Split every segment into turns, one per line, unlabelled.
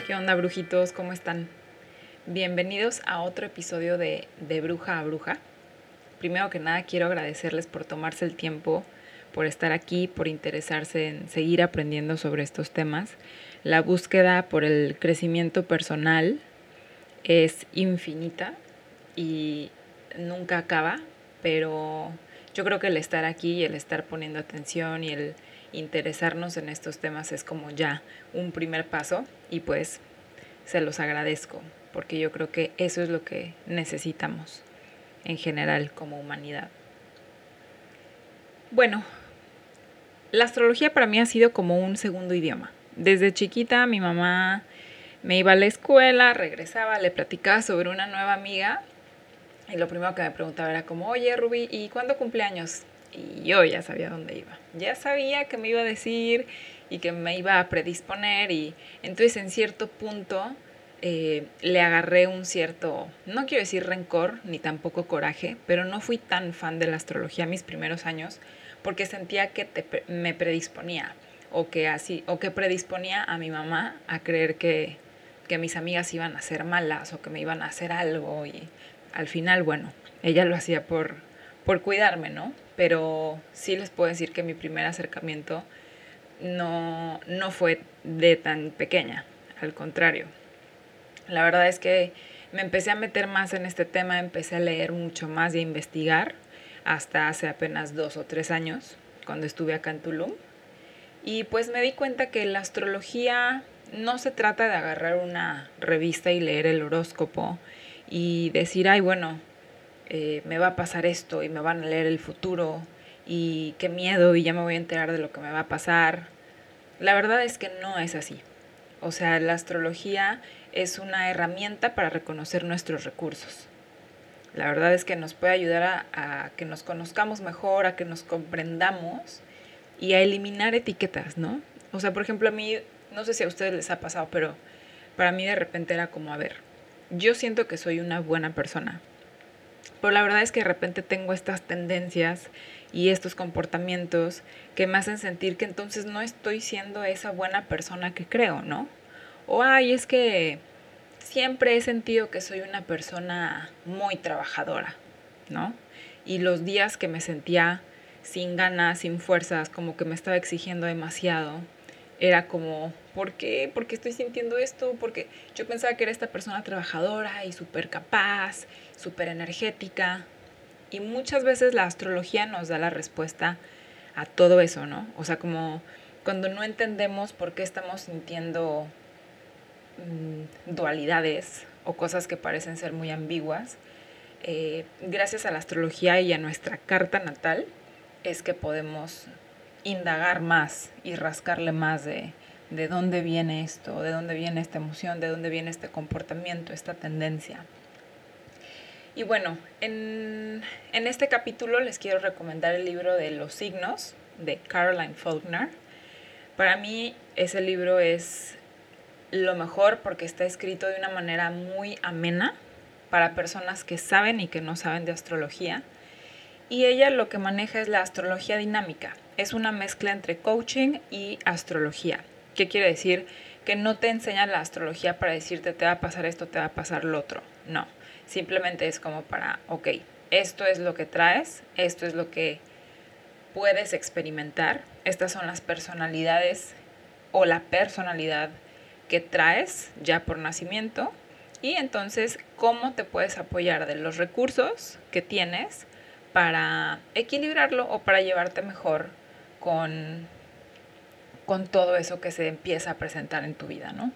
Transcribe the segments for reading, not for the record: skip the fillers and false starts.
¿Qué onda, brujitos? ¿Cómo están? Bienvenidos a otro episodio de Bruja a Bruja. Primero que nada, quiero agradecerles por tomarse el tiempo, por estar aquí, por interesarse en seguir aprendiendo sobre estos temas. La búsqueda por el crecimiento personal es infinita y nunca acaba, pero yo creo que el estar aquí y el estar poniendo atención y el interesarnos en estos temas es como ya un primer paso y pues se los agradezco porque yo creo que eso es lo que necesitamos en general como humanidad. Bueno, la astrología para mí ha sido como un segundo idioma. Desde chiquita mi mamá me iba a la escuela, regresaba, le platicaba sobre una nueva amiga y lo primero que me preguntaba era como, oye Ruby, ¿y cuándo cumpleaños? Y yo ya sabía dónde iba. Ya sabía que me iba a decir y que me iba a predisponer y entonces en cierto punto le agarré un cierto, no quiero decir rencor ni tampoco coraje, pero no fui tan fan de la astrología mis primeros años porque sentía que me predisponía o que predisponía a mi mamá a creer que mis amigas iban a ser malas o que me iban a hacer algo y al final, bueno, ella lo hacía por cuidarme, ¿no? Pero sí les puedo decir que mi primer acercamiento no fue de tan pequeña, al contrario. La verdad es que me empecé a meter más en este tema, empecé a leer mucho más y a investigar hasta hace apenas 2 o 3 años, cuando estuve acá en Tulum. Y pues me di cuenta que la astrología no se trata de agarrar una revista y leer el horóscopo y decir, ay, bueno, me va a pasar esto y me van a leer el futuro y qué miedo y ya me voy a enterar de lo que me va a pasar. La verdad es que no es así. O sea, la astrología es una herramienta para reconocer nuestros recursos. La verdad es que nos puede ayudar a que nos conozcamos mejor, a que nos comprendamos y a eliminar etiquetas, ¿no? O sea, por ejemplo, a mí, no sé si a ustedes les ha pasado, pero para mí de repente era como, a ver, yo siento que soy una buena persona, pero la verdad es que de repente tengo estas tendencias y estos comportamientos que me hacen sentir que entonces no estoy siendo esa buena persona que creo, ¿no? O ay, es que siempre he sentido que soy una persona muy trabajadora, ¿no? Y los días que me sentía sin ganas, sin fuerzas, como que me estaba exigiendo demasiado, era como, ¿por qué? ¿Por qué estoy sintiendo esto? Porque yo pensaba que era esta persona trabajadora y súper capaz, súper energética. Y muchas veces la astrología nos da la respuesta a todo eso, ¿no? O sea, como cuando no entendemos por qué estamos sintiendo dualidades o cosas que parecen ser muy ambiguas, gracias a la astrología y a nuestra carta natal es que podemos indagar más y rascarle más de dónde viene esto, de dónde viene esta emoción, de dónde viene este comportamiento, esta tendencia. Y bueno, en este capítulo les quiero recomendar el libro de Los signos de Caroline Faulkner. Para mí ese libro es lo mejor porque está escrito de una manera muy amena para personas que saben y que no saben de astrología. Y ella lo que maneja es la astrología dinámica. Es una mezcla entre coaching y astrología. ¿Qué quiere decir? Que no te enseña la astrología para decirte te va a pasar esto, te va a pasar lo otro. No, simplemente es como para, ok, esto es lo que traes, esto es lo que puedes experimentar, estas son las personalidades o la personalidad que traes ya por nacimiento y entonces cómo te puedes apoyar de los recursos que tienes para equilibrarlo o para llevarte mejor con, con todo eso que se empieza a presentar en tu vida, ¿no?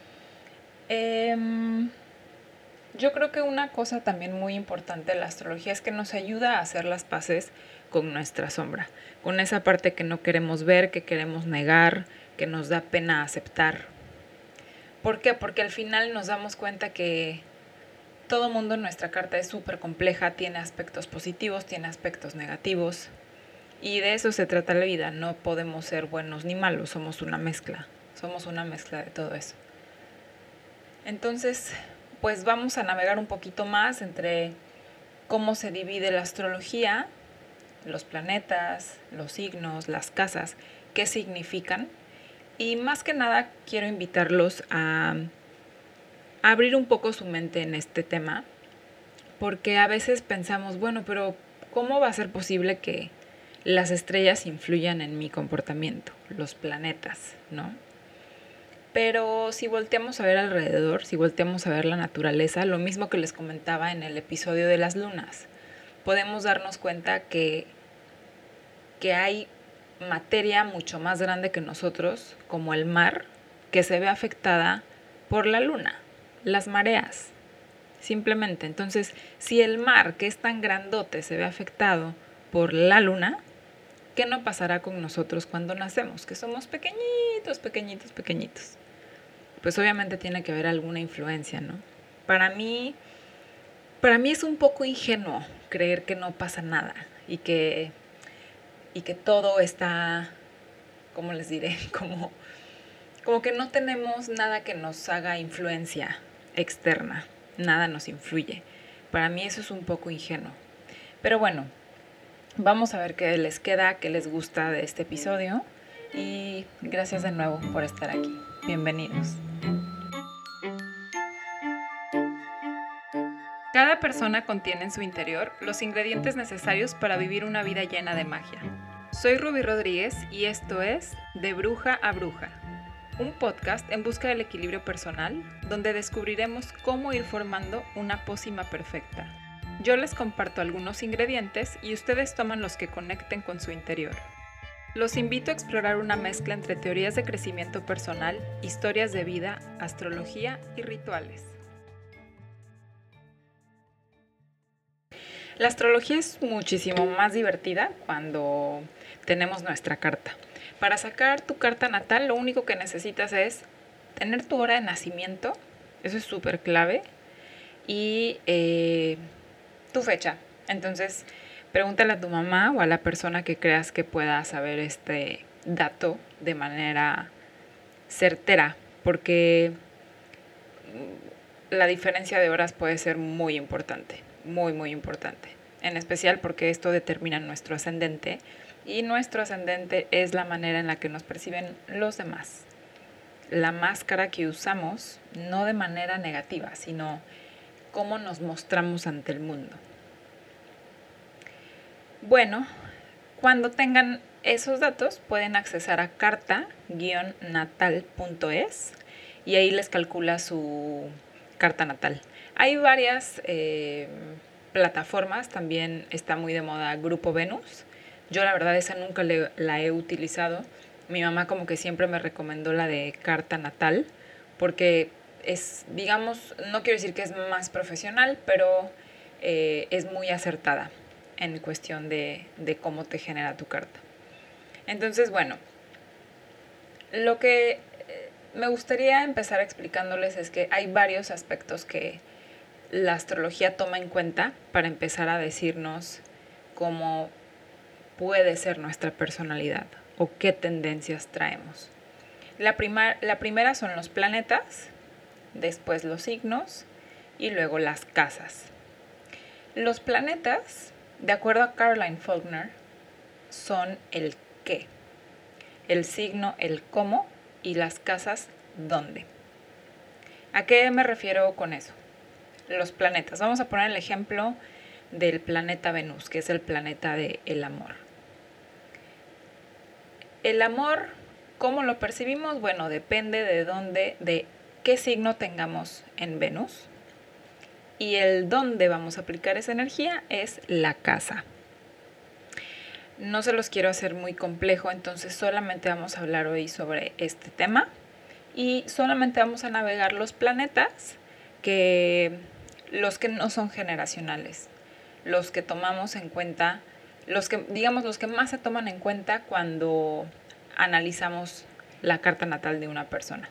Yo creo que una cosa también muy importante de la astrología es que nos ayuda a hacer las paces con nuestra sombra, con esa parte que no queremos ver, que queremos negar, que nos da pena aceptar. ¿Por qué? Porque al final nos damos cuenta que todo mundo en nuestra carta es súper compleja, tiene aspectos positivos, tiene aspectos negativos. Y de eso se trata la vida, no podemos ser buenos ni malos, somos una mezcla de todo eso. Entonces, pues vamos a navegar un poquito más entre cómo se divide la astrología, los planetas, los signos, las casas, qué significan Y más que nada quiero invitarlos a abrir un poco su mente en este tema, porque a veces pensamos, bueno, pero ¿cómo va a ser posible que las estrellas influyan en mi comportamiento, los planetas, ¿no? Pero si volteamos a ver alrededor, si volteamos a ver la naturaleza, lo mismo que les comentaba en el episodio de las lunas, podemos darnos cuenta que hay materia mucho más grande que nosotros, como el mar, que se ve afectada por la luna, las mareas, simplemente. Entonces, si el mar, que es tan grandote, se ve afectado por la luna, ¿qué no pasará con nosotros cuando nacemos? Que somos pequeñitos, pequeñitos, pequeñitos. Pues obviamente tiene que haber alguna influencia, ¿no? Para mí es un poco ingenuo creer que no pasa nada y que todo está, ¿cómo les diré? Como que no tenemos nada que nos haga influencia externa, nada nos influye. Para mí eso es un poco ingenuo. Pero bueno, vamos a ver qué les queda, qué les gusta de este episodio y gracias de nuevo por estar aquí. Bienvenidos. Cada persona contiene en su interior los ingredientes necesarios para vivir una vida llena de magia. Soy Ruby Rodríguez y esto es De Bruja a Bruja, un podcast en busca del equilibrio personal donde descubriremos cómo ir formando una pócima perfecta. Yo les comparto algunos ingredientes y ustedes toman los que conecten con su interior. Los invito a explorar una mezcla entre teorías de crecimiento personal, historias de vida, astrología y rituales. La astrología es muchísimo más divertida cuando tenemos nuestra carta. Para sacar tu carta natal, lo único que necesitas es tener tu hora de nacimiento, eso es súper clave, y tu fecha. Entonces, pregúntale a tu mamá o a la persona que creas que pueda saber este dato de manera certera, porque la diferencia de horas puede ser muy importante, muy, muy importante. En especial porque esto determina nuestro ascendente y nuestro ascendente es la manera en la que nos perciben los demás. La máscara que usamos, no de manera negativa, sino cómo nos mostramos ante el mundo. Bueno, cuando tengan esos datos pueden accesar a carta-natal.es y ahí les calcula su carta natal. Hay varias plataformas, también está muy de moda Grupo Venus. Yo la verdad esa nunca la he utilizado. Mi mamá como que siempre me recomendó la de carta natal porque es, digamos, no quiero decir que es más profesional, pero es muy acertada en cuestión de cómo te genera tu carta. Entonces, bueno, lo que me gustaría empezar explicándoles es que hay varios aspectos que la astrología toma en cuenta para empezar a decirnos cómo puede ser nuestra personalidad o qué tendencias traemos. La primera son los planetas, después los signos y luego las casas. Los planetas, de acuerdo a Caroline Faulkner, son el qué, el signo el cómo y las casas dónde. ¿A qué me refiero con eso? Los planetas. Vamos a poner el ejemplo del planeta Venus, que es el planeta del amor. El amor, ¿cómo lo percibimos? Bueno, depende de qué signo tengamos en Venus. Y el dónde vamos a aplicar esa energía es la casa. No se los quiero hacer muy complejo, entonces solamente vamos a hablar hoy sobre este tema. Y solamente vamos a navegar los planetas los que no son generacionales, los que tomamos en cuenta, los que más se toman en cuenta cuando analizamos la carta natal de una persona.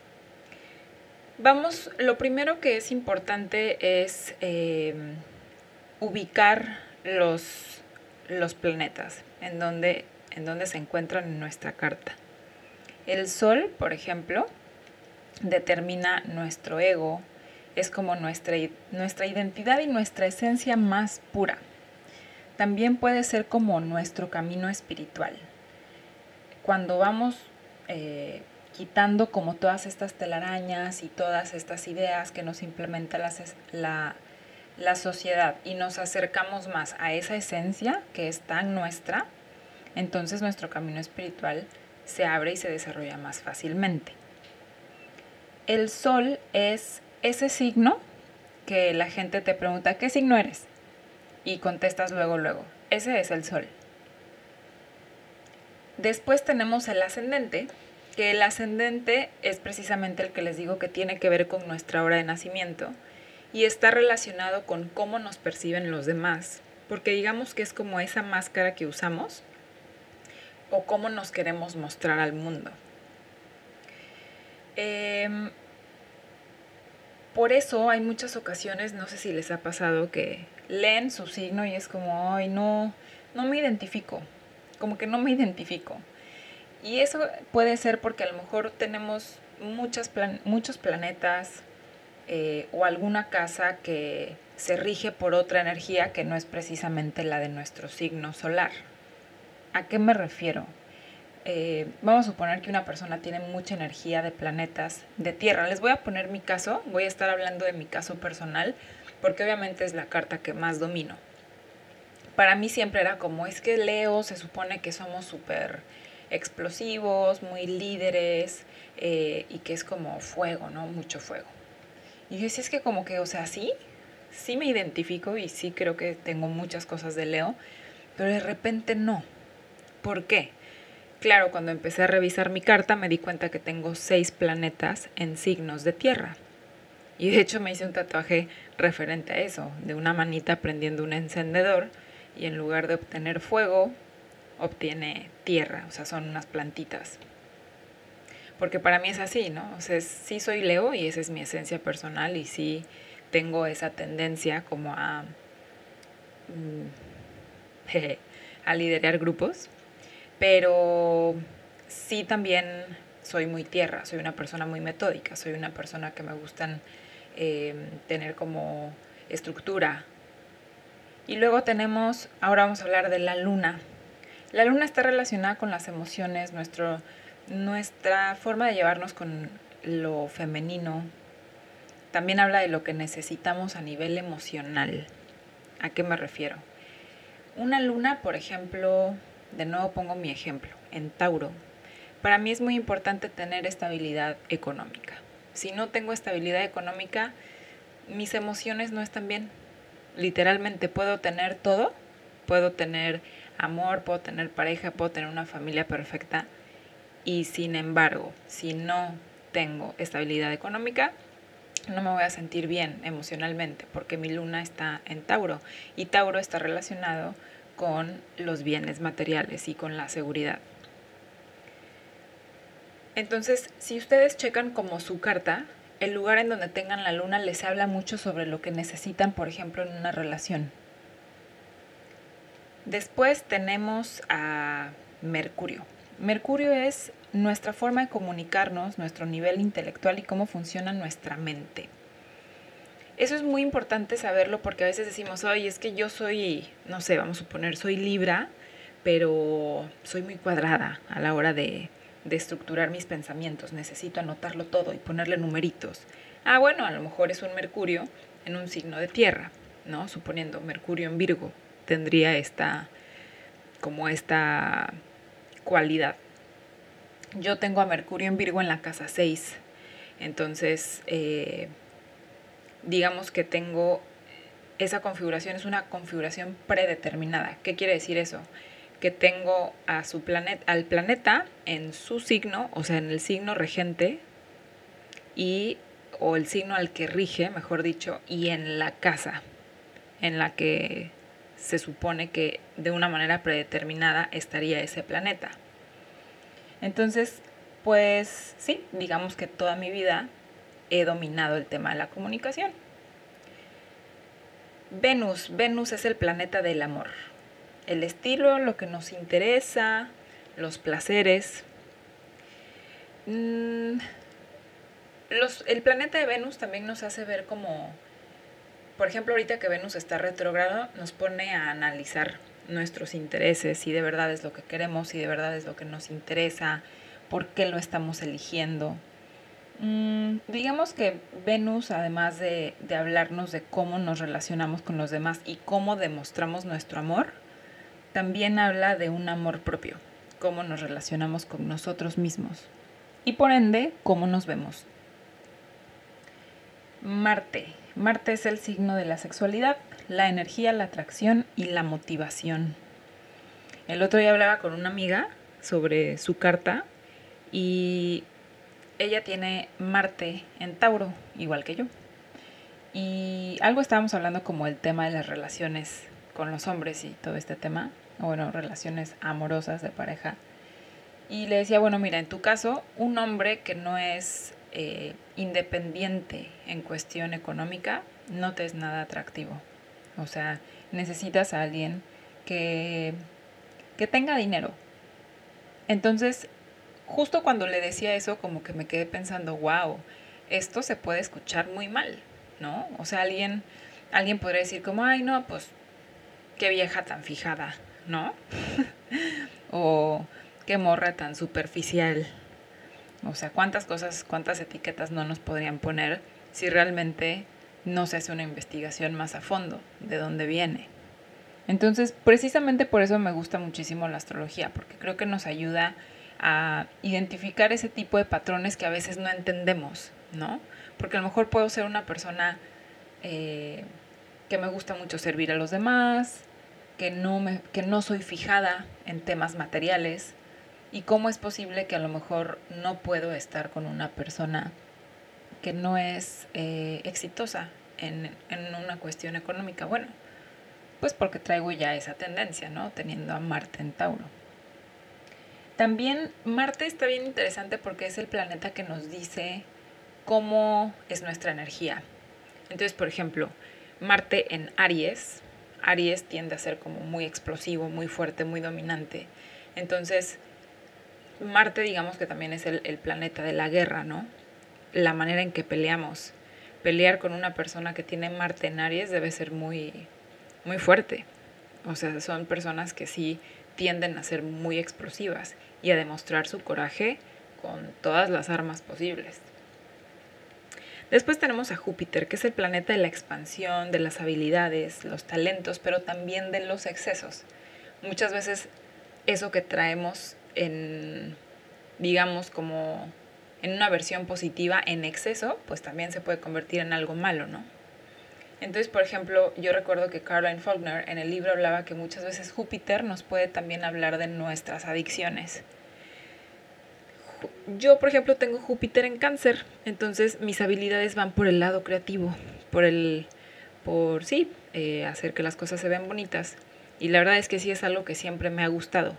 Lo primero que es importante es ubicar los planetas, en donde se encuentran en nuestra carta. El Sol, por ejemplo, determina nuestro ego, es como nuestra identidad y nuestra esencia más pura. También puede ser como nuestro camino espiritual. Cuando vamos quitando como todas estas telarañas y todas estas ideas que nos implementa la sociedad y nos acercamos más a esa esencia que es tan nuestra, entonces nuestro camino espiritual se abre y se desarrolla más fácilmente. El sol es ese signo que la gente te pregunta, ¿qué signo eres? Y contestas luego. Ese es el sol. Después tenemos el ascendente, que el ascendente es precisamente el que les digo que tiene que ver con nuestra hora de nacimiento y está relacionado con cómo nos perciben los demás, porque digamos que es como esa máscara que usamos o cómo nos queremos mostrar al mundo. Por eso hay muchas ocasiones, no sé si les ha pasado, que leen su signo y es como, ay, no me identifico, como que no me identifico. Y eso puede ser porque a lo mejor tenemos muchos planetas o alguna casa que se rige por otra energía que no es precisamente la de nuestro signo solar. ¿A qué me refiero? Vamos a suponer que una persona tiene mucha energía de planetas de tierra. Les voy a poner mi caso, voy a estar hablando de mi caso personal, porque obviamente es la carta que más domino. Para mí siempre era como, es que Leo se supone que somos súper explosivos, muy líderes, y que es como fuego, ¿no? Mucho fuego. Y yo decía, es que como que, o sea, sí me identifico y sí creo que tengo muchas cosas de Leo, pero de repente no. ¿Por qué? Claro, cuando empecé a revisar mi carta me di cuenta que tengo 6 planetas en signos de tierra. Y de hecho me hice un tatuaje referente a eso, de una manita prendiendo un encendedor y en lugar de obtener fuego, obtiene tierra, o sea, son unas plantitas. Porque para mí es así, ¿no? O sea, sí soy Leo y esa es mi esencia personal y sí tengo esa tendencia como a liderar grupos. Pero sí también soy muy tierra, soy una persona muy metódica, soy una persona que me gustan tener como estructura. Y luego tenemos, ahora vamos a hablar de la luna. La luna está relacionada con las emociones, nuestra forma de llevarnos con lo femenino. También habla de lo que necesitamos a nivel emocional. ¿A qué me refiero? Una luna, por ejemplo, de nuevo pongo mi ejemplo, en Tauro. Para mí es muy importante tener estabilidad económica. Si no tengo estabilidad económica, mis emociones no están bien. Literalmente puedo tener todo, puedo tener amor, puedo tener pareja, puedo tener una familia perfecta y sin embargo, si no tengo estabilidad económica, no me voy a sentir bien emocionalmente porque mi luna está en Tauro y Tauro está relacionado con los bienes materiales y con la seguridad. Entonces, si ustedes checan como su carta, el lugar en donde tengan la luna les habla mucho sobre lo que necesitan, por ejemplo, en una relación. Después tenemos a Mercurio. Mercurio es nuestra forma de comunicarnos, nuestro nivel intelectual y cómo funciona nuestra mente. Eso es muy importante saberlo porque a veces decimos, oye, es que yo soy, no sé, vamos a suponer, soy Libra, pero soy muy cuadrada a la hora de estructurar mis pensamientos. Necesito anotarlo todo y ponerle numeritos. Ah, bueno, a lo mejor es un Mercurio en un signo de tierra, ¿no? Suponiendo Mercurio en Virgo tendría esta cualidad. Yo tengo a Mercurio en Virgo en la casa 6, entonces digamos que tengo esa configuración, es una configuración predeterminada. ¿Qué quiere decir eso? Que tengo a al planeta en su signo, o sea, en el signo regente o el signo al que rige, mejor dicho, y en la casa en la que se supone que de una manera predeterminada estaría ese planeta. Entonces, pues sí, digamos que toda mi vida he dominado el tema de la comunicación. Venus es el planeta del amor. El estilo, lo que nos interesa, los placeres. El planeta de Venus también nos hace ver como, por ejemplo, ahorita que Venus está retrógrado, nos pone a analizar nuestros intereses, si de verdad es lo que queremos, si de verdad es lo que nos interesa, por qué lo estamos eligiendo. Digamos que Venus, además de hablarnos de cómo nos relacionamos con los demás y cómo demostramos nuestro amor, también habla de un amor propio, cómo nos relacionamos con nosotros mismos y por ende, cómo nos vemos. Marte. Marte es el signo de la sexualidad, la energía, la atracción y la motivación. El otro día hablaba con una amiga sobre su carta y ella tiene Marte en Tauro, igual que yo. Y algo estábamos hablando como el tema de las relaciones con los hombres y todo este tema, o bueno, relaciones amorosas de pareja. Y le decía, bueno, mira, en tu caso, un hombre que no es independiente en cuestión económica, no te es nada atractivo. O sea, necesitas a alguien que tenga dinero. Entonces, justo cuando le decía eso, como que me quedé pensando, wow, esto se puede escuchar muy mal, ¿no? O sea, alguien podría decir como, ay, no, pues, qué vieja tan fijada, ¿no? O qué morra tan superficial. O sea, cuántas cosas, cuántas etiquetas no nos podrían poner si realmente no se hace una investigación más a fondo de dónde viene. Entonces, precisamente por eso me gusta muchísimo la astrología, porque creo que nos ayuda a identificar ese tipo de patrones que a veces no entendemos, ¿no? Porque a lo mejor puedo ser una persona que me gusta mucho servir a los demás, que no soy fijada en temas materiales, y cómo es posible que a lo mejor no puedo estar con una persona que no es exitosa en una cuestión económica. Bueno, pues porque traigo ya esa tendencia, ¿no? Teniendo a Marte en Tauro. También Marte está bien interesante porque es el planeta que nos dice cómo es nuestra energía. Entonces, por ejemplo, Marte en Aries tiende a ser como muy explosivo, muy fuerte, muy dominante. Entonces, Marte, digamos que también es el planeta de la guerra, ¿no? La manera en que peleamos. Pelear con una persona que tiene Marte en Aries debe ser muy, muy fuerte. O sea, son personas que sí tienden a ser muy explosivas y a demostrar su coraje con todas las armas posibles. Después tenemos a Júpiter, que es el planeta de la expansión, de las habilidades, los talentos, pero también de los excesos. Muchas veces eso que traemos digamos, como en una versión positiva en exceso, pues también se puede convertir en algo malo, ¿no? Entonces, por ejemplo, yo recuerdo que Caroline Faulkner en el libro hablaba que muchas veces Júpiter nos puede también hablar de nuestras adicciones. Yo, por ejemplo, tengo Júpiter en Cáncer, entonces mis habilidades van por el lado creativo, hacer que las cosas se vean bonitas. Y la verdad es que sí es algo que siempre me ha gustado.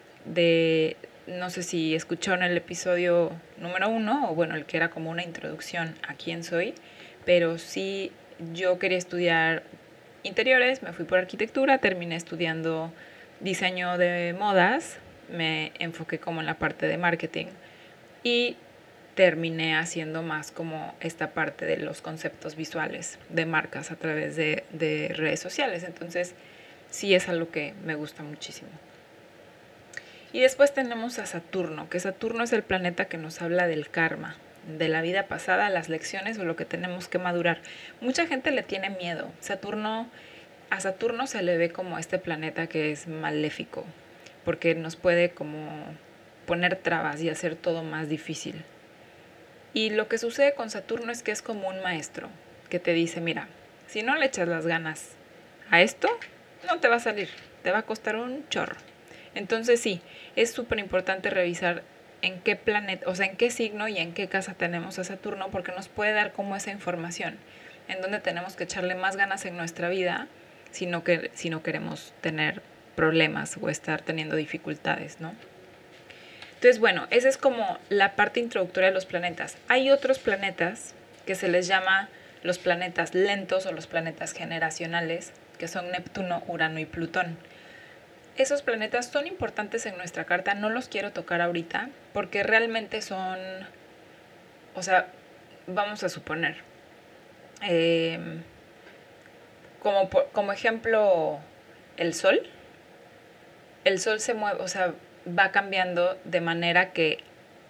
No sé si escucharon el episodio número 1, o bueno, el que era como una introducción a quién soy, pero sí, yo quería estudiar interiores, me fui por arquitectura, terminé estudiando diseño de modas, me enfoqué como en la parte de marketing y terminé haciendo más como esta parte de los conceptos visuales de marcas a través de redes sociales. Entonces, sí es algo que me gusta muchísimo. Y después tenemos a Saturno, que Saturno es el planeta que nos habla del karma, de la vida pasada, las lecciones o lo que tenemos que madurar. Mucha gente le tiene miedo. A Saturno se le ve como este planeta que es maléfico, porque nos puede como poner trabas y hacer todo más difícil. Y lo que sucede con Saturno es que es como un maestro que te dice, mira, si no le echas las ganas a esto, no te va a salir, te va a costar un chorro. Entonces sí, es súper importante revisar en qué planeta, o sea, en qué signo y en qué casa tenemos a Saturno, porque nos puede dar como esa información, en donde tenemos que echarle más ganas en nuestra vida si no queremos tener problemas o estar teniendo dificultades, ¿no? Entonces, bueno, esa es como la parte introductoria de los planetas. Hay otros planetas que se les llama los planetas lentos o los planetas generacionales, que son Neptuno, Urano y Plutón. Esos planetas son importantes en nuestra carta, no los quiero tocar ahorita, porque realmente son, o sea, vamos a suponer, como ejemplo, el Sol se mueve, o sea, va cambiando de manera que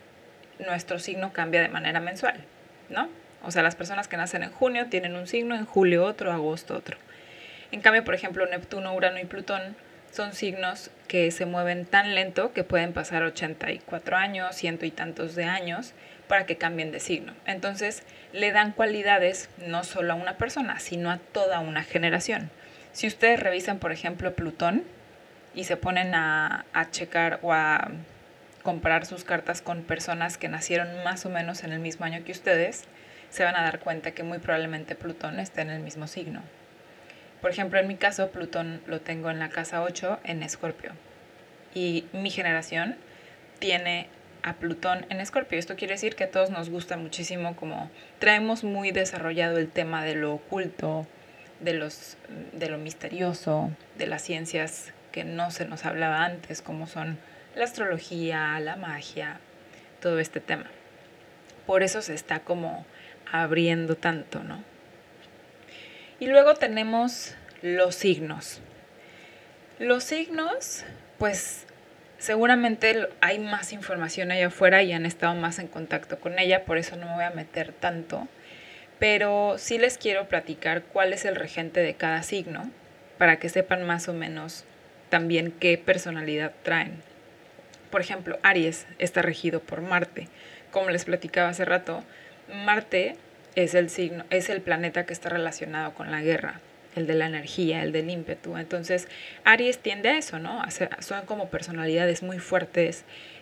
nuestro signo cambia de manera mensual, ¿no? O sea, las personas que nacen en junio tienen un signo, en julio otro, agosto otro. En cambio, por ejemplo, Neptuno, Urano y Plutón son signos que se mueven tan lento que pueden pasar 84 años, ciento y tantos de años, para que cambien de signo. Entonces, le dan cualidades no solo a una persona, sino a toda una generación. Si ustedes revisan, por ejemplo, Plutón y se ponen a checar o a comparar sus cartas con personas que nacieron más o menos en el mismo año que ustedes, se van a dar cuenta que muy probablemente Plutón esté en el mismo signo. Por ejemplo, en mi caso, Plutón lo tengo en la casa 8 en Escorpio. Y mi generación tiene a Plutón en Escorpio. Esto quiere decir que a todos nos gusta muchísimo, como traemos muy desarrollado el tema de lo oculto, de lo misterioso, de las ciencias que no se nos hablaba antes, como son la astrología, la magia, todo este tema. Por eso se está como abriendo tanto, ¿no? Y luego tenemos los signos. Los signos, pues seguramente hay más información allá afuera y han estado más en contacto con ella, por eso no me voy a meter tanto. Pero sí les quiero platicar cuál es el regente de cada signo, para que sepan más o menos también qué personalidad traen. Por ejemplo, Aries está regido por Marte. Como les platicaba hace rato, Marte es el planeta que está relacionado con la guerra, el de la energía, el del ímpetu. Entonces, Aries tiende a eso, ¿no? Son como personalidades muy fuertes,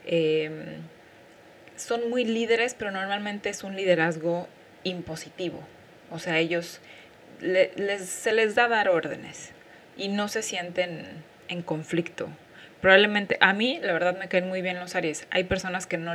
son muy líderes, pero normalmente es un liderazgo impositivo. O sea, ellos se les da dar órdenes y no se sienten en conflicto. Probablemente, a mí, la verdad, me caen muy bien los Aries. Hay personas que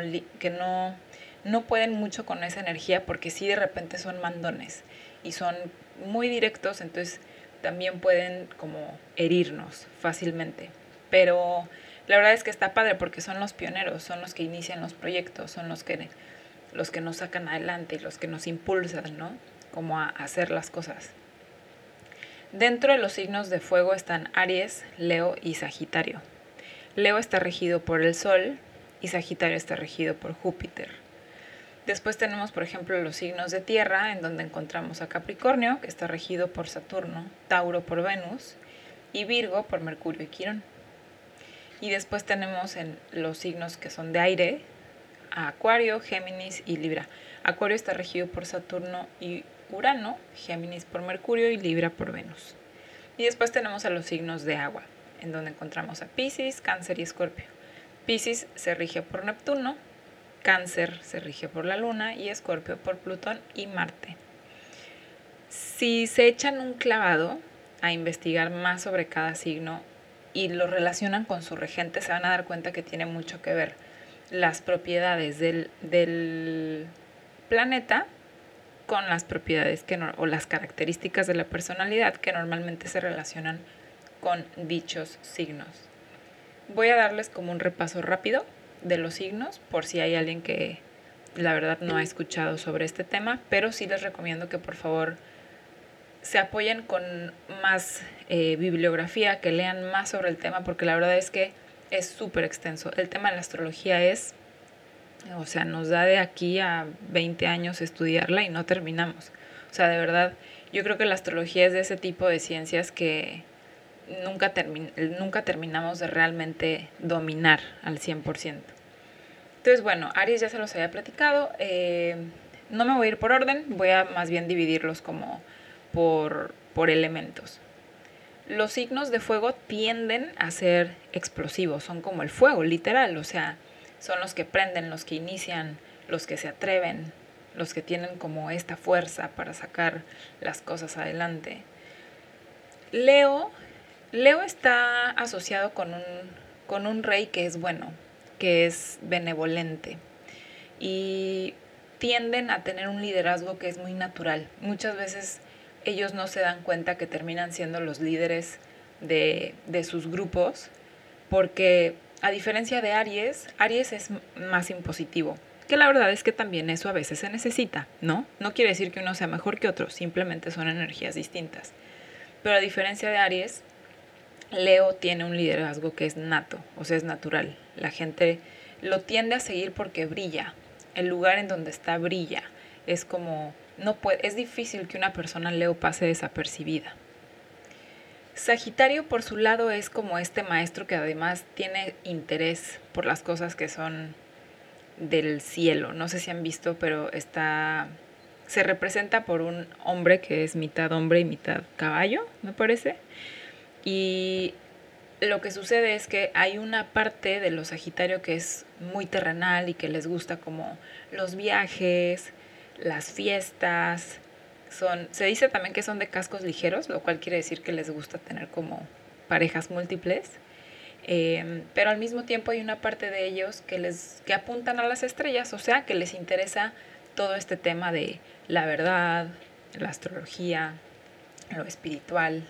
no pueden mucho con esa energía porque sí de repente son mandones y son muy directos, entonces también pueden como herirnos fácilmente. Pero la verdad es que está padre porque son los pioneros, son los que inician los proyectos, son los que nos sacan adelante y los que nos impulsan, ¿no? Como a hacer las cosas. Dentro de los signos de fuego están Aries, Leo y Sagitario. Leo está regido por el Sol y Sagitario está regido por Júpiter. Después tenemos, por ejemplo, los signos de tierra, en donde encontramos a Capricornio, que está regido por Saturno, Tauro por Venus y Virgo por Mercurio y Quirón. Y después tenemos en los signos que son de aire a Acuario, Géminis y Libra. Acuario está regido por Saturno y Urano, Géminis por Mercurio y Libra por Venus. Y después tenemos a los signos de agua, en donde encontramos a Piscis, Cáncer y Escorpio. Piscis se rige por Neptuno, Cáncer se rige por la Luna y Escorpio por Plutón y Marte. Si se echan un clavado a investigar más sobre cada signo y lo relacionan con su regente, se van a dar cuenta que tiene mucho que ver las propiedades del planeta con las propiedades o las características de la personalidad que normalmente se relacionan con dichos signos. Voy a darles como un repaso rápido de los signos por si hay alguien que la verdad no ha escuchado sobre este tema, pero sí les recomiendo que por favor se apoyen con más bibliografía, que lean más sobre el tema, porque la verdad es que es súper extenso. El tema de la astrología nos da de aquí a 20 años estudiarla y no terminamos. O sea, de verdad, yo creo que la astrología es de ese tipo de ciencias que nunca terminamos de realmente dominar al 100%. Entonces, bueno, Aries ya se los había platicado. No me voy a ir por orden, voy a más bien dividirlos como por elementos. Los signos de fuego tienden a ser explosivos, son como el fuego, literal, o sea, son los que prenden, los que inician, los que se atreven, los que tienen como esta fuerza para sacar las cosas adelante. Leo está asociado con un rey que es bueno, que es benevolente y tienden a tener un liderazgo que es muy natural. Muchas veces ellos no se dan cuenta que terminan siendo los líderes de sus grupos porque a diferencia de Aries es más impositivo, que la verdad es que también eso a veces se necesita, ¿no? No quiere decir que uno sea mejor que otro, simplemente son energías distintas. Pero a diferencia de Aries, Leo tiene un liderazgo que es nato, o sea, es natural. La gente lo tiende a seguir porque brilla. el lugar en donde está brilla. Es como, es difícil que una persona Leo pase desapercibida. Sagitario, por su lado, es como este maestro que además tiene interés por las cosas que son del cielo. No sé si han visto, pero se representa por un hombre que es mitad hombre y mitad caballo, me parece. Y lo que sucede es que hay una parte de los Sagitario que es muy terrenal y que les gusta como los viajes, las fiestas. Se dice también que son de cascos ligeros, lo cual quiere decir que les gusta tener como parejas múltiples. Pero al mismo tiempo hay una parte de ellos que apuntan a las estrellas, o sea, que les interesa todo este tema de la verdad, la astrología, lo espiritual.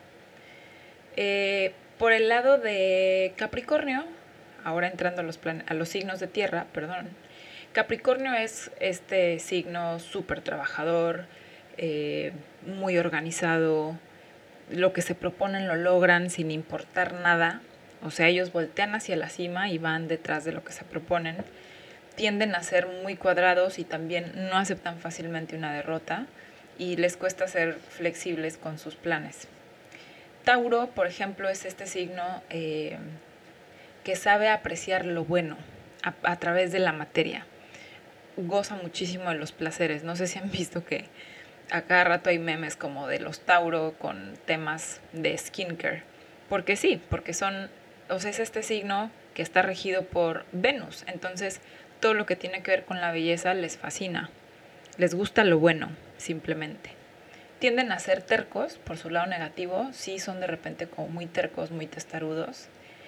Por el lado de Capricornio, ahora entrando a los signos de tierra, perdón, Capricornio es este signo súper trabajador, muy organizado, lo que se proponen lo logran sin importar nada. O sea, ellos voltean hacia la cima y van detrás de lo que se proponen. Tienden a ser muy cuadrados y también no aceptan fácilmente una derrota y les cuesta ser flexibles con sus planes. Tauro, por ejemplo, es este signo que sabe apreciar lo bueno a través de la materia. Goza muchísimo de los placeres. No sé si han visto que a cada rato hay memes como de los Tauro con temas de skincare. Porque sí, porque es este signo que está regido por Venus. Entonces, todo lo que tiene que ver con la belleza les fascina. Les gusta lo bueno, simplemente. Tienden a ser tercos, por su lado negativo. Sí son de repente como muy tercos, muy testarudos.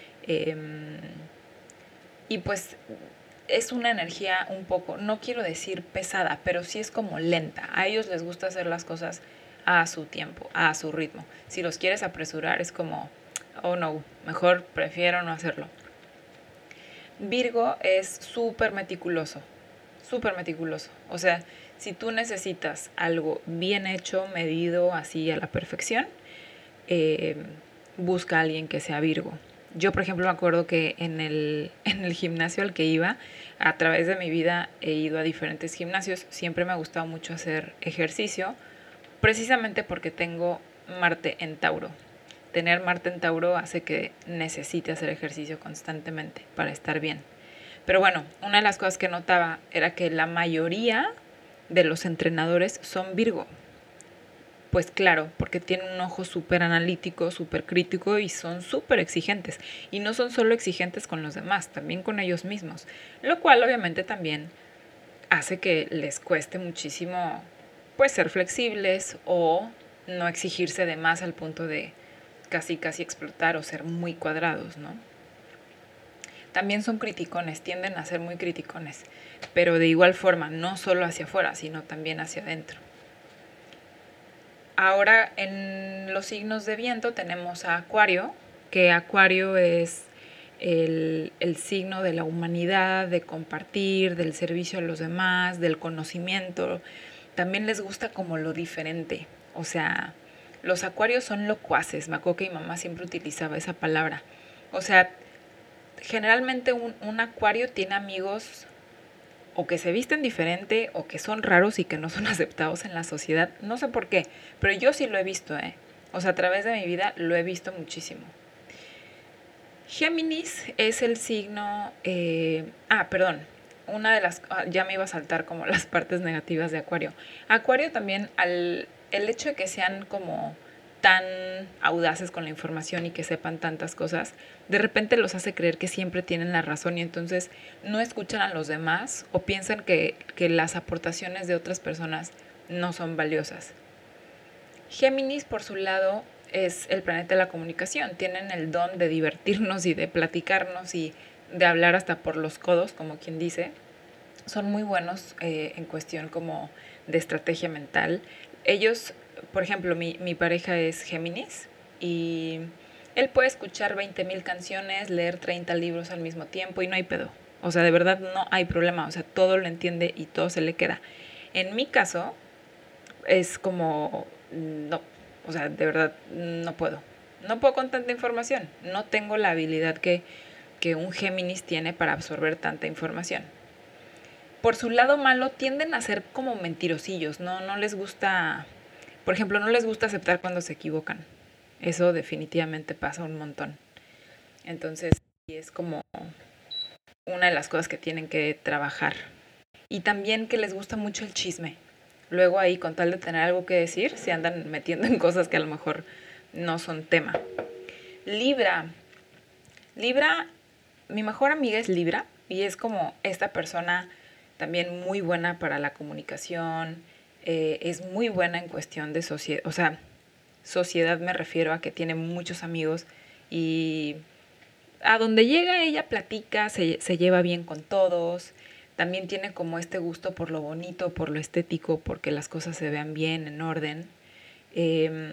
Y pues es una energía un poco, no quiero decir pesada, pero sí es como lenta. A ellos les gusta hacer las cosas a su tiempo, a su ritmo. Si los quieres apresurar es como, oh no, mejor prefiero no hacerlo. Virgo es súper meticuloso, súper meticuloso. O sea, si tú necesitas algo bien hecho, medido, así a la perfección, busca a alguien que sea Virgo. Yo, por ejemplo, me acuerdo que en el gimnasio al que iba, a través de mi vida he ido a diferentes gimnasios. Siempre me ha gustado mucho hacer ejercicio, precisamente porque tengo Marte en Tauro. Tener Marte en Tauro hace que necesite hacer ejercicio constantemente para estar bien. Pero bueno, una de las cosas que notaba era que la mayoría de los entrenadores son Virgo. Pues claro, porque tienen un ojo súper analítico, súper crítico y son súper exigentes. Y no son solo exigentes con los demás, también con ellos mismos. Lo cual obviamente también hace que les cueste muchísimo pues ser flexibles o no exigirse de más al punto de casi explotar o ser muy cuadrados, ¿no? También son criticones, tienden a ser muy criticones, pero de igual forma, no solo hacia afuera, sino también hacia adentro. Ahora en los signos de viento tenemos a Acuario, que Acuario es el signo de la humanidad, de compartir, del servicio a los demás, del conocimiento. También les gusta como lo diferente. O sea, los Acuarios son locuaces. Me acuerdo que mi mamá siempre utilizaba esa palabra. O sea, generalmente un Acuario tiene amigos o que se visten diferente o que son raros y que no son aceptados en la sociedad. No sé por qué, pero yo sí lo he visto, O sea, a través de mi vida lo he visto muchísimo. Géminis es el signo... perdón. Ya me iba a saltar como las partes negativas de Acuario. Acuario también, el hecho de que sean como tan audaces con la información y que sepan tantas cosas, de repente los hace creer que siempre tienen la razón y entonces no escuchan a los demás o piensan que las aportaciones de otras personas no son valiosas. Géminis, por su lado, es el planeta de la comunicación. Tienen el don de divertirnos y de platicarnos y de hablar hasta por los codos, como quien dice. Son muy buenos en cuestión como de estrategia mental. Ellos, por ejemplo, mi pareja es Géminis y él puede escuchar 20,000 canciones, leer 30 libros al mismo tiempo y no hay pedo. O sea, de verdad no hay problema. O sea, todo lo entiende y todo se le queda. En mi caso, es como, no, o sea, de verdad no puedo. No puedo con tanta información. No tengo la habilidad que un Géminis tiene para absorber tanta información. por su lado malo tienden a ser como mentirosillos, no les gusta, por ejemplo, no les gusta aceptar cuando se equivocan. Eso definitivamente pasa un montón. Entonces, sí es como una de las cosas que tienen que trabajar. Y también que les gusta mucho el chisme. Luego ahí, con tal de tener algo que decir, se andan metiendo en cosas que a lo mejor no son tema. Libra. Libra, mi mejor amiga es Libra y es como esta persona también muy buena para la comunicación, es muy buena en cuestión de sociedad, o sea, sociedad me refiero a que tiene muchos amigos y a donde llega ella platica, se lleva bien con todos, también tiene como este gusto por lo bonito, por lo estético, porque las cosas se vean bien, en orden. Eh,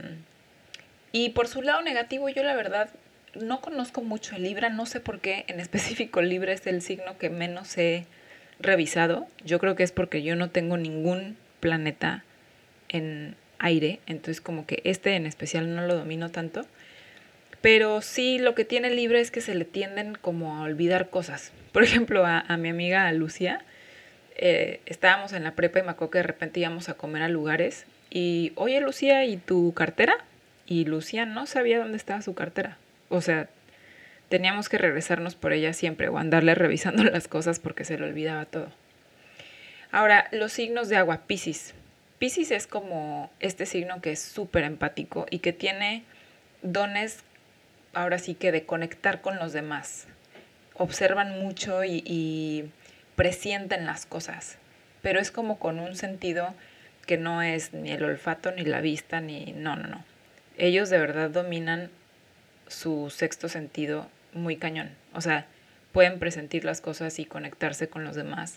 y por su lado negativo, yo la verdad no conozco mucho el Libra, no sé por qué en específico Libra es el signo que menos he revisado. Yo creo que es porque yo no tengo ningún planeta en aire, entonces como que este en especial no lo domino tanto. Pero sí, lo que tiene Libra es que se le tienden como a olvidar cosas. Por ejemplo, a mi amiga Lucia, estábamos en la prepa y me acuerdo que de repente íbamos a comer a lugares y, oye Lucía, ¿y tu cartera? Y Lucía no sabía dónde estaba su cartera. O sea, teníamos que regresarnos por ella siempre o andarle revisando las cosas porque se le olvidaba todo. Ahora, los signos de agua, Piscis. Piscis es como este signo que es súper empático y que tiene dones, ahora sí que de conectar con los demás. Observan mucho y presienten las cosas, pero es como con un sentido que no es ni el olfato ni la vista ni no. Ellos de verdad dominan su sexto sentido muy cañón. O sea, pueden presentir las cosas y conectarse con los demás.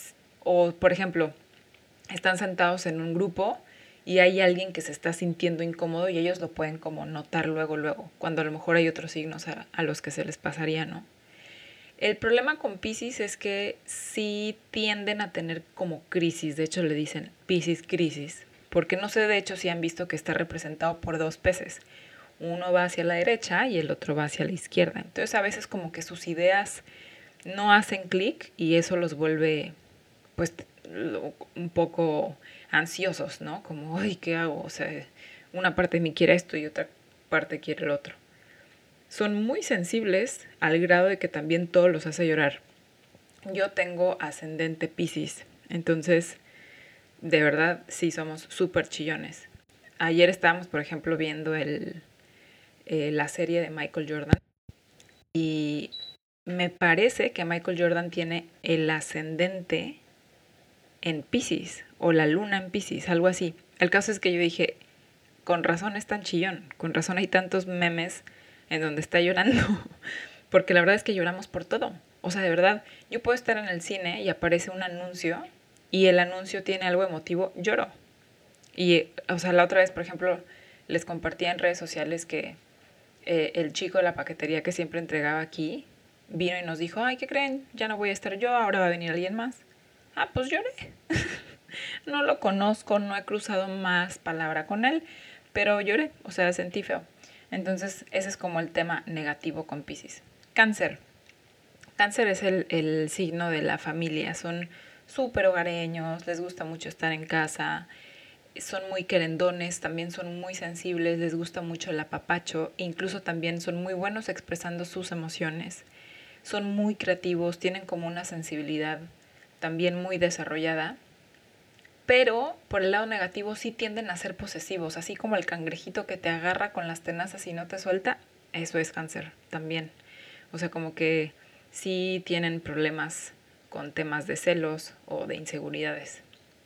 O, por ejemplo, están sentados en un grupo y hay alguien que se está sintiendo incómodo y ellos lo pueden como notar luego, cuando a lo mejor hay otros signos a los que se les pasaría, ¿no? El problema con Piscis es que sí tienden a tener como crisis, de hecho le dicen Piscis crisis, porque no sé de hecho si han visto que está representado por dos peces. Uno va hacia la derecha y el otro va hacia la izquierda. Entonces a veces como que sus ideas no hacen clic y eso los vuelve pues un poco ansiosos, ¿no? Como, ay, ¿qué hago? O sea, una parte de mí quiere esto y otra parte quiere el otro. Son muy sensibles al grado de que también todo los hace llorar. Yo tengo ascendente Piscis, entonces de verdad sí somos súper chillones. Ayer estábamos, por ejemplo, viendo la serie de Michael Jordan y me parece que Michael Jordan tiene el ascendente en Piscis o la luna en Piscis, algo así. El caso es que yo dije, con razón es tan chillón, con razón hay tantos memes en donde está llorando, porque la verdad es que lloramos por todo. O sea, de verdad, yo puedo estar en el cine y aparece un anuncio y el anuncio tiene algo emotivo, lloro. Y, o sea, la otra vez, por ejemplo, les compartía en redes sociales que el chico de la paquetería que siempre entregaba aquí vino y nos dijo, ay, ¿qué creen? Ya no voy a estar yo, ahora va a venir alguien más. Ah, pues lloré. No lo conozco, no he cruzado más palabra con él, pero lloré, o sea, sentí feo. Entonces, ese es como el tema negativo con Piscis. Cáncer. Cáncer es el signo de la familia, son súper hogareños, les gusta mucho estar en casa, son muy querendones, también son muy sensibles, les gusta mucho el apapacho, incluso también son muy buenos expresando sus emociones, son muy creativos, tienen como una sensibilidad también muy desarrollada, pero por el lado negativo sí tienden a ser posesivos, así como el cangrejito que te agarra con las tenazas y no te suelta, eso es Cáncer también. O sea, como que sí tienen problemas con temas de celos o de inseguridades.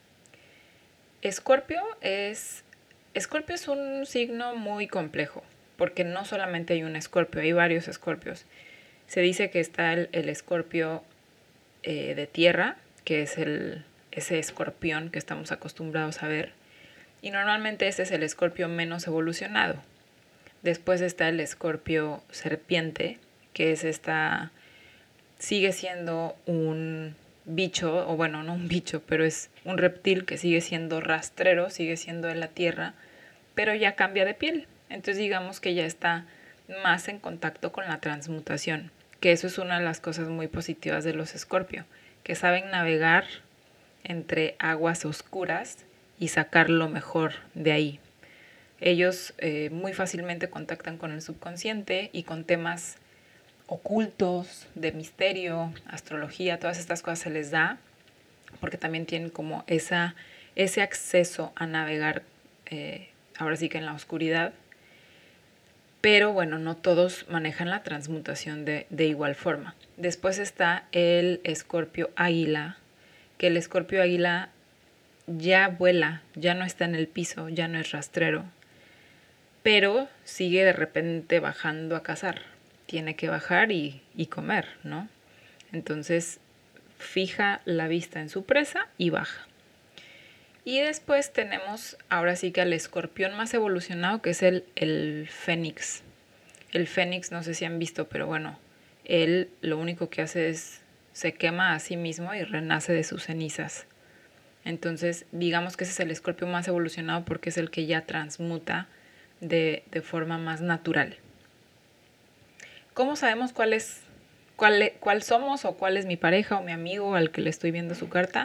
Escorpio es un signo muy complejo, porque no solamente hay un escorpio, hay varios escorpios. Se dice que está el escorpio de tierra, que es ese escorpión que estamos acostumbrados a ver, y normalmente ese es el escorpio menos evolucionado. Después está el escorpio serpiente, que es sigue siendo un bicho, o bueno, no un bicho, pero es un reptil que sigue siendo rastrero, sigue siendo de la tierra, pero ya cambia de piel. Entonces digamos que ya está más en contacto con la transmutación, que eso es una de las cosas muy positivas de los escorpio, que saben navegar entre aguas oscuras y sacar lo mejor de ahí. Ellos muy fácilmente contactan con el subconsciente y con temas ocultos, de misterio, astrología, todas estas cosas se les da, porque también tienen como ese acceso a navegar, ahora sí que en la oscuridad. Pero bueno, no todos manejan la transmutación de igual forma. Después está el escorpio águila, que el escorpio águila ya vuela, ya no está en el piso, ya no es rastrero, pero sigue de repente bajando a cazar. Tiene que bajar y comer, ¿no? Entonces fija la vista en su presa y baja. Y después tenemos ahora sí que al escorpión más evolucionado, que es el fénix. El fénix, no sé si han visto, pero bueno, él lo único que hace es se quema a sí mismo y renace de sus cenizas. Entonces, digamos que ese es el escorpio más evolucionado porque es el que ya transmuta de forma más natural. ¿Cómo sabemos cuál somos o cuál es mi pareja o mi amigo al que le estoy viendo su carta?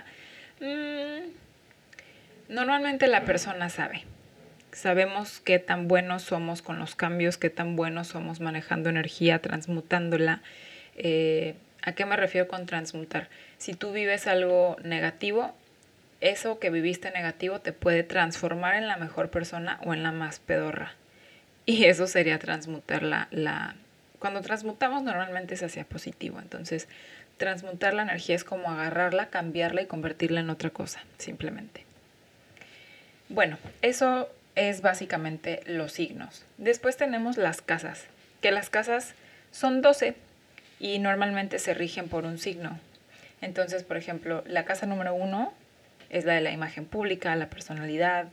Normalmente la persona sabe. Sabemos qué tan buenos somos con los cambios, qué tan buenos somos manejando energía, transmutándola. ¿A qué me refiero con transmutar? Si tú vives algo negativo, eso que viviste negativo te puede transformar en la mejor persona o en la más pedorra. Y eso sería transmutar Cuando transmutamos normalmente es hacia positivo. Entonces, transmutar la energía es como agarrarla, cambiarla y convertirla en otra cosa, simplemente. Bueno, eso es básicamente los signos. Después tenemos las casas, que las casas son 12 y normalmente se rigen por un signo. Entonces, por ejemplo, la casa número 1 es la de la imagen pública, la personalidad.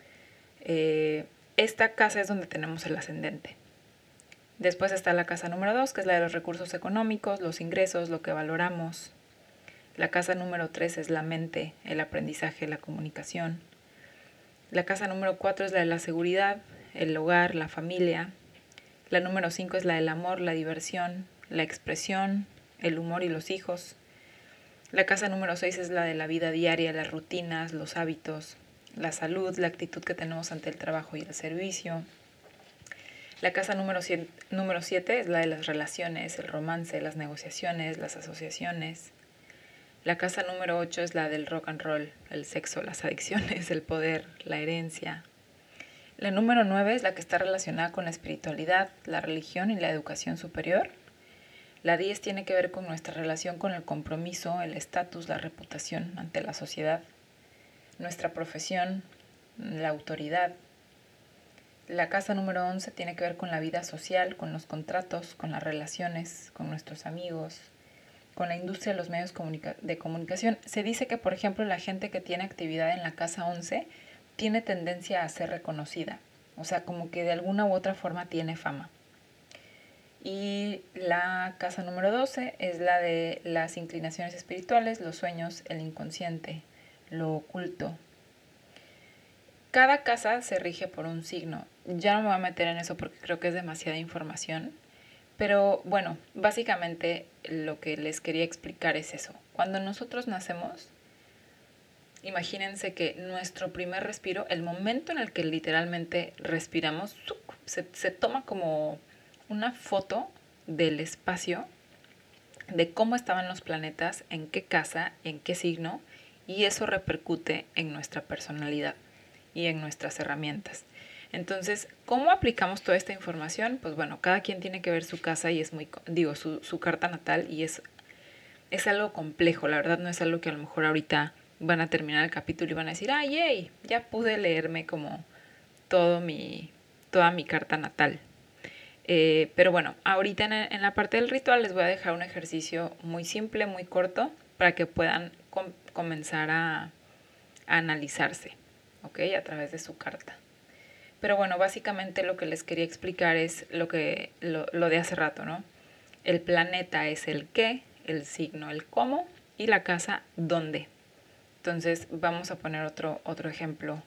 Esta casa es donde tenemos el ascendente. Después está la casa número 2, que es la de los recursos económicos, los ingresos, lo que valoramos. La casa número 3 es la mente, el aprendizaje, la comunicación. La casa número 4 es la de la seguridad, el hogar, la familia. La número 5 es la del amor, la diversión, la expresión, el humor y los hijos. La casa número 6 es la de la vida diaria, las rutinas, los hábitos, la salud, la actitud que tenemos ante el trabajo y el servicio. La casa número 7 es la de las relaciones, el romance, las negociaciones, las asociaciones. La casa número 8 es la del rock and roll, el sexo, las adicciones, el poder, la herencia. La número 9 es la que está relacionada con la espiritualidad, la religión y la educación superior. La 10 tiene que ver con nuestra relación con el compromiso, el estatus, la reputación ante la sociedad, nuestra profesión, la autoridad. La casa número 11 tiene que ver con la vida social, con los contratos, con las relaciones, con nuestros amigos, con la industria de los medios de comunicación. Se dice que, por ejemplo, la gente que tiene actividad en la casa 11 tiene tendencia a ser reconocida. O sea, como que de alguna u otra forma tiene fama. Y la casa número 12 es la de las inclinaciones espirituales, los sueños, el inconsciente, lo oculto. Cada casa se rige por un signo. Ya no me voy a meter en eso porque creo que es demasiada información. Pero bueno, básicamente lo que les quería explicar es eso. Cuando nosotros nacemos, imagínense que nuestro primer respiro, el momento en el que literalmente respiramos, se toma como una foto del espacio, de cómo estaban los planetas, en qué casa, en qué signo, y eso repercute en nuestra personalidad y en nuestras herramientas. Entonces, ¿cómo aplicamos toda esta información? Pues bueno, cada quien tiene que ver su casa y es su carta natal y es algo complejo. La verdad no es algo que a lo mejor ahorita van a terminar el capítulo y van a decir, yay, ya pude leerme como toda mi carta natal. Pero bueno, ahorita en la parte del ritual les voy a dejar un ejercicio muy simple, muy corto, para que puedan comenzar a analizarse, ¿ok? A través de su carta. Pero bueno, básicamente lo que les quería explicar es lo de hace rato, ¿no? El planeta es el qué, el signo el cómo y la casa dónde. Entonces vamos a poner otro ejemplo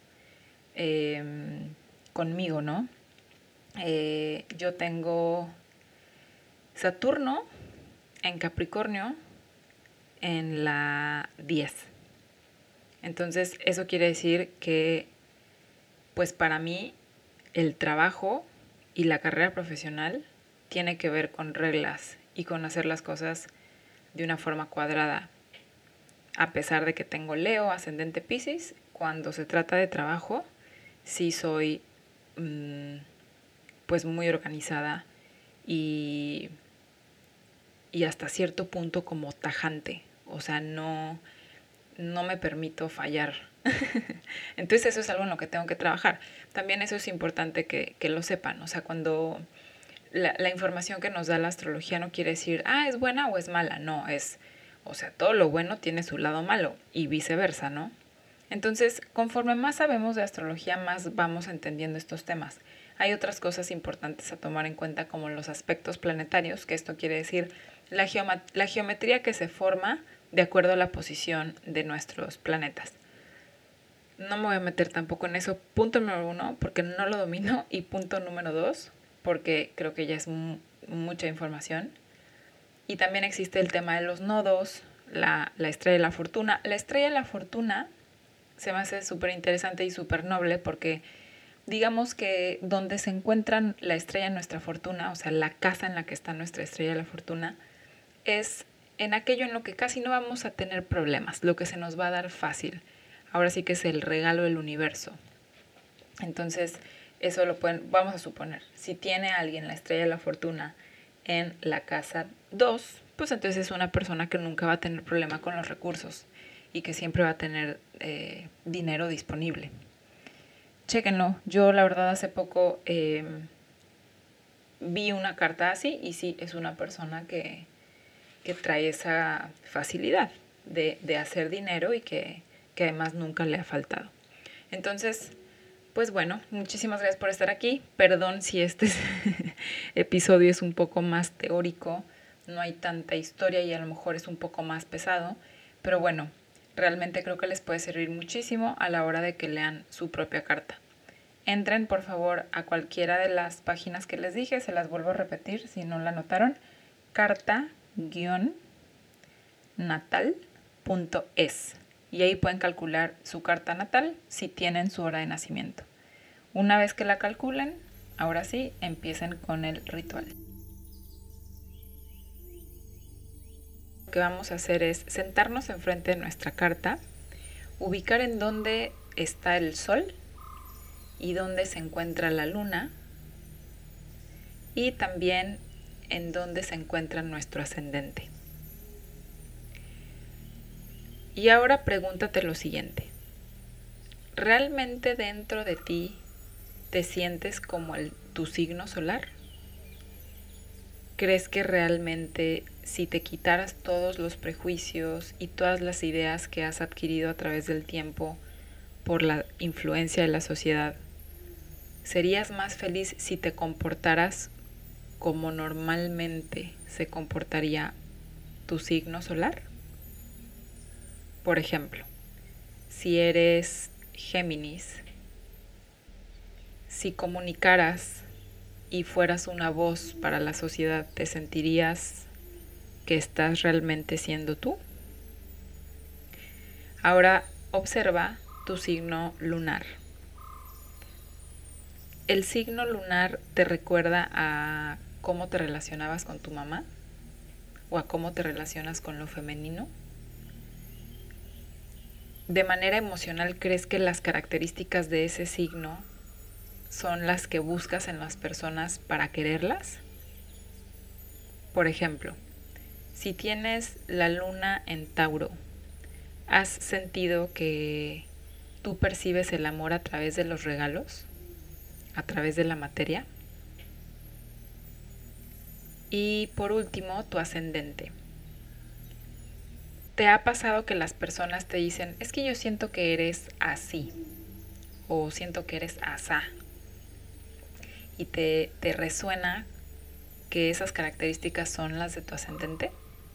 conmigo, ¿no? Yo tengo Saturno en Capricornio en la 10. Entonces, eso quiere decir que, pues para mí, el trabajo y la carrera profesional tiene que ver con reglas y con hacer las cosas de una forma cuadrada. A pesar de que tengo Leo, ascendente Piscis, cuando se trata de trabajo, sí soy pues muy organizada y hasta cierto punto como tajante. O sea, no me permito fallar. Entonces eso es algo en lo que tengo que trabajar. También eso es importante que lo sepan. O sea, cuando la información que nos da la astrología no quiere decir, es buena o es mala. No, o sea, todo lo bueno tiene su lado malo y viceversa, ¿no? Entonces, conforme más sabemos de astrología, más vamos entendiendo estos temas. Hay otras cosas importantes a tomar en cuenta como los aspectos planetarios, que esto quiere decir la geometría que se forma de acuerdo a la posición de nuestros planetas. No me voy a meter tampoco en eso. Punto número 1, porque no lo domino. Y punto número 2, porque creo que ya es mucha información. Y también existe el tema de los nodos, la estrella de la fortuna. La estrella de la fortuna se me hace súper interesante y súper noble porque digamos que donde se encuentra la estrella de nuestra fortuna, o sea, la casa en la que está nuestra estrella de la fortuna, es en aquello en lo que casi no vamos a tener problemas, lo que se nos va a dar fácil. Ahora sí que es el regalo del universo. Entonces, eso vamos a suponer, si tiene alguien la estrella de la fortuna en la casa 2, pues entonces es una persona que nunca va a tener problema con los recursos y que siempre va a tener dinero disponible. Chéquenlo. Yo la verdad hace poco vi una carta así y sí, es una persona que trae esa facilidad de hacer dinero y que además nunca le ha faltado. Entonces, pues bueno, muchísimas gracias por estar aquí. Perdón si este episodio es un poco más teórico, no hay tanta historia y a lo mejor es un poco más pesado, pero bueno, realmente creo que les puede servir muchísimo a la hora de que lean su propia carta. Entren por favor a cualquiera de las páginas que les dije, se las vuelvo a repetir si no la notaron, carta-natal.es y ahí pueden calcular su carta natal si tienen su hora de nacimiento. Una vez que la calculen, ahora sí, empiecen con el ritual. Lo que vamos a hacer es sentarnos enfrente de nuestra carta, ubicar en dónde está el sol y dónde se encuentra la luna y también en dónde se encuentra nuestro ascendente. Y ahora pregúntate lo siguiente. ¿Realmente dentro de ti te sientes como tu signo solar? ¿Crees que realmente si te quitaras todos los prejuicios y todas las ideas que has adquirido a través del tiempo por la influencia de la sociedad, serías más feliz si te comportaras como normalmente se comportaría tu signo solar? Por ejemplo, si eres Géminis, si comunicaras y fueras una voz para la sociedad, ¿te sentirías que estás realmente siendo tú? Ahora observa tu signo lunar. ¿El signo lunar te recuerda a cómo te relacionabas con tu mamá? ¿O a cómo te relacionas con lo femenino? ¿De manera emocional crees que las características de ese signo son las que buscas en las personas para quererlas? Por ejemplo, si tienes la luna en Tauro, ¿has sentido que tú percibes el amor a través de los regalos? ¿A través de la materia? Y por último, tu ascendente. ¿Te ha pasado que las personas te dicen, es que yo siento que eres así? O siento que eres asá. ¿Y te resuena que esas características son las de tu ascendente?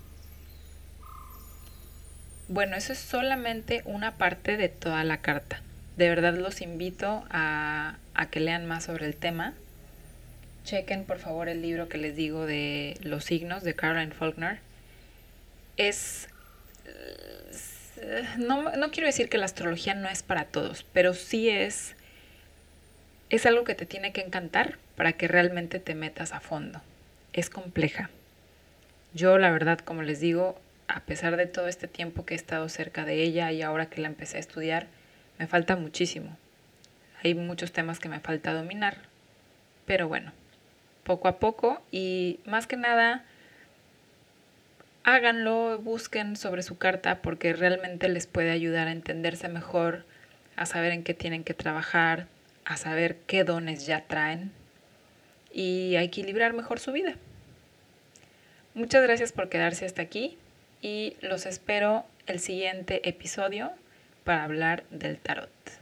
Bueno, eso es solamente una parte de toda la carta. De verdad los invito a que lean más sobre el tema. Chequen por favor el libro que les digo de los signos de Caroline Faulkner. Es no quiero decir que la astrología no es para todos, pero sí es algo que te tiene que encantar para que realmente te metas a fondo. Es compleja. Yo, la verdad, como les digo, a pesar de todo este tiempo que he estado cerca de ella y ahora que la empecé a estudiar, me falta muchísimo. Hay muchos temas que me falta dominar, pero bueno, poco a poco y más que nada, háganlo, busquen sobre su carta porque realmente les puede ayudar a entenderse mejor, a saber en qué tienen que trabajar, a saber qué dones ya traen y a equilibrar mejor su vida. Muchas gracias por quedarse hasta aquí y los espero el siguiente episodio para hablar del tarot.